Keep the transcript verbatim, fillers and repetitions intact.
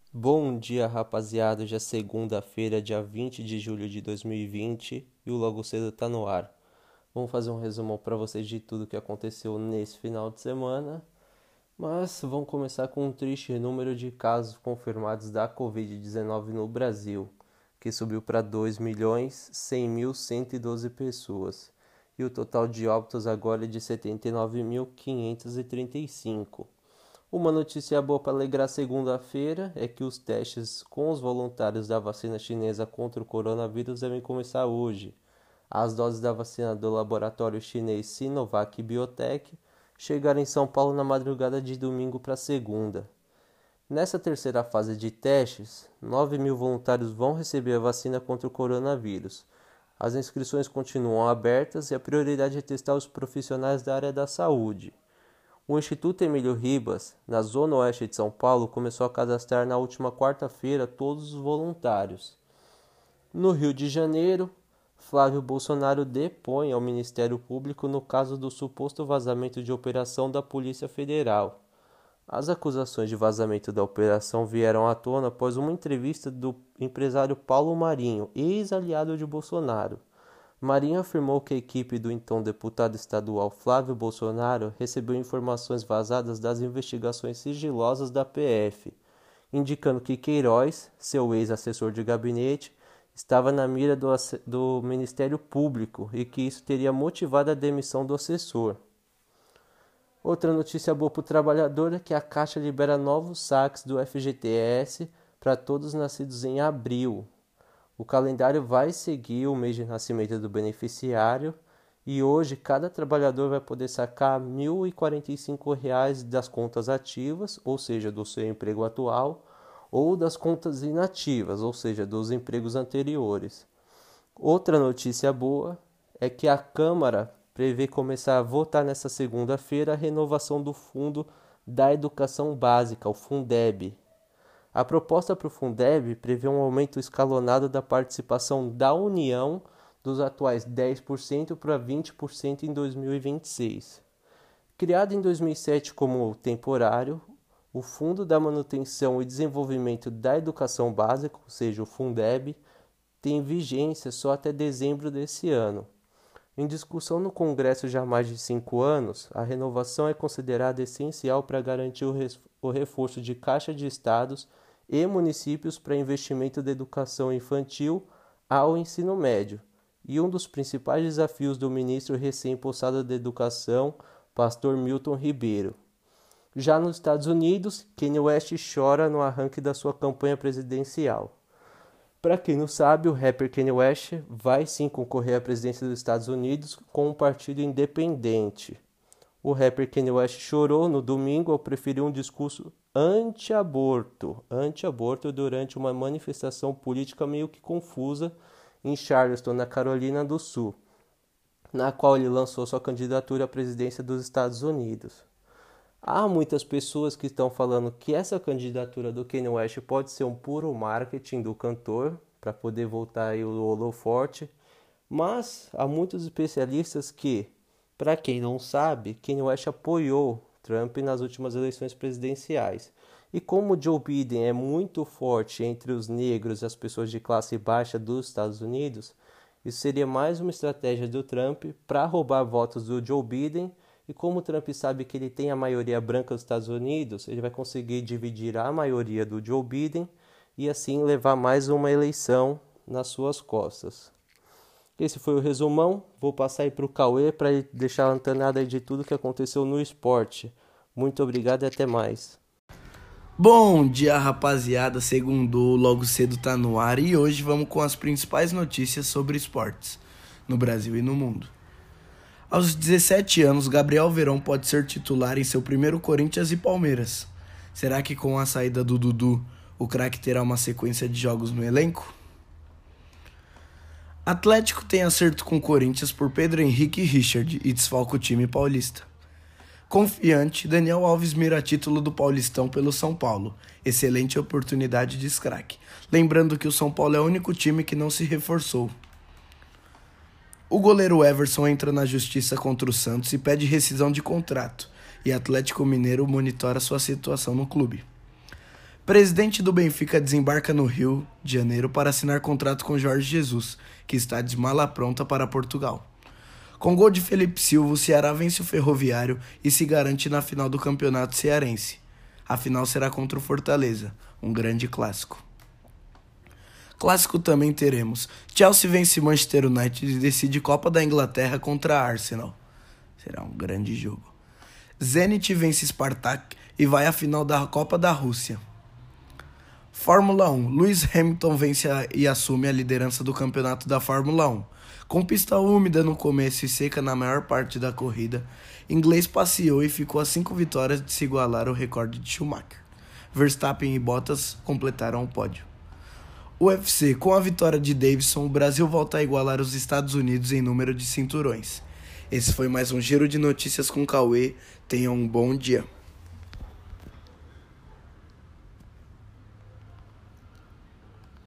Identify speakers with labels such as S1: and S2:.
S1: Bom dia, rapaziada. Hoje é segunda-feira, dia vinte de julho de dois mil e vinte e o Logo Cedo tá no ar. Vamos fazer um resumão para vocês de tudo que aconteceu nesse final de semana. Mas vamos começar com um triste número de casos confirmados da covid dezenove no Brasil, que subiu para dois milhões cem mil cento e doze pessoas. E o total de óbitos agora é de setenta e nove mil quinhentos e trinta e cinco. Uma notícia boa para alegrar segunda-feira é que os testes com os voluntários da vacina chinesa contra o coronavírus devem começar hoje. As doses da vacina do laboratório chinês Sinovac Biotech chegaram em São Paulo na madrugada de domingo para segunda. Nessa terceira fase de testes, nove mil voluntários vão receber a vacina contra o coronavírus. As inscrições continuam abertas e a prioridade é testar os profissionais da área da saúde. O Instituto Emílio Ribas, na zona oeste de São Paulo, começou a cadastrar na última quarta-feira todos os voluntários. No Rio de Janeiro, Flávio Bolsonaro depõe ao Ministério Público no caso do suposto vazamento de operação da Polícia Federal. As acusações de vazamento da operação vieram à tona após uma entrevista do empresário Paulo Marinho, ex-aliado de Bolsonaro. Marinho afirmou que a equipe do então deputado estadual Flávio Bolsonaro recebeu informações vazadas das investigações sigilosas da P F, indicando que Queiroz, seu ex-assessor de gabinete, estava na mira do, do Ministério Público e que isso teria motivado a demissão do assessor. Outra notícia boa para o trabalhador é que a Caixa libera novos saques do F G T S para todos nascidos em abril. O calendário vai seguir o mês de nascimento do beneficiário e hoje cada trabalhador vai poder sacar mil e quarenta e cinco reais das contas ativas, ou seja, do seu emprego atual, ou das contas inativas, ou seja, dos empregos anteriores. Outra notícia boa é que a Câmara prevê começar a votar nesta segunda-feira a renovação do Fundo da Educação Básica, o Fundeb. A proposta para o Fundeb prevê um aumento escalonado da participação da União dos atuais dez por cento para vinte por cento em dois mil e vinte e seis. Criado em dois mil e sete como temporário, o Fundo da Manutenção e Desenvolvimento da Educação Básica, ou seja, o Fundeb, tem vigência só até dezembro desse ano. Em discussão no Congresso já há mais de cinco anos, a renovação é considerada essencial para garantir o reforço de caixa de estados e municípios para investimento da educação infantil ao ensino médio, e um dos principais desafios do ministro recém-possado da Educação, pastor Milton Ribeiro. Já nos Estados Unidos, Kanye West chora no arranque da sua campanha presidencial. Para quem não sabe, o rapper Kanye West vai sim concorrer à presidência dos Estados Unidos com um partido independente. O rapper Kanye West chorou no domingo ao preferir um discurso anti-aborto, anti-aborto durante uma manifestação política meio que confusa em Charleston, na Carolina do Sul, na qual ele lançou sua candidatura à presidência dos Estados Unidos. Há muitas pessoas que estão falando que essa candidatura do Kanye West pode ser um puro marketing do cantor para poder voltar aí o holofote, mas há muitos especialistas que, para quem não sabe, Kanye West apoiou Trump nas últimas eleições presidenciais. E como Joe Biden é muito forte entre os negros e as pessoas de classe baixa dos Estados Unidos, isso seria mais uma estratégia do Trump para roubar votos do Joe Biden. E como o Trump sabe que ele tem a maioria branca dos Estados Unidos, ele vai conseguir dividir a maioria do Joe Biden e assim levar mais uma eleição nas suas costas. Esse foi o resumão. Vou passar aí para o Cauê para ele deixar a antenada aí de tudo que aconteceu no esporte. Muito obrigado e até mais.
S2: Bom dia, rapaziada. Segundo Logo Cedo tá no ar e hoje vamos com as principais notícias sobre esportes no Brasil e no mundo. Aos dezessete anos, Gabriel Veron pode ser titular em seu primeiro Corinthians e Palmeiras. Será que com a saída do Dudu, o craque terá uma sequência de jogos no elenco? Atlético tem acerto com Corinthians por Pedro Henrique e Richard e desfalca o time paulista. Confiante, Daniel Alves mira título do Paulistão pelo São Paulo. Excelente oportunidade de craque. Lembrando que o São Paulo é o único time que não se reforçou. O goleiro Everson entra na justiça contra o Santos e pede rescisão de contrato. E Atlético Mineiro monitora sua situação no clube. Presidente do Benfica desembarca no Rio de Janeiro para assinar contrato com Jorge Jesus, que está de mala pronta para Portugal. Com gol de Felipe Silva, o Ceará vence o Ferroviário e se garante na final do Campeonato Cearense. A final será contra o Fortaleza, um grande clássico. Clássico também teremos. Chelsea vence Manchester United e decide Copa da Inglaterra contra Arsenal. Será um grande jogo. Zenit vence Spartak e vai à final da Copa da Rússia. Fórmula um. Lewis Hamilton vence a, e assume a liderança do campeonato da Fórmula um. Com pista úmida no começo e seca na maior parte da corrida, inglês passeou e ficou a cinco vitórias de se igualar o recorde de Schumacher. Verstappen e Bottas completaram o pódio. U F C. Com a vitória de Davidson, o Brasil volta a igualar os Estados Unidos em número de cinturões. Esse foi mais um Giro de Notícias com Cauê. Tenham um bom dia.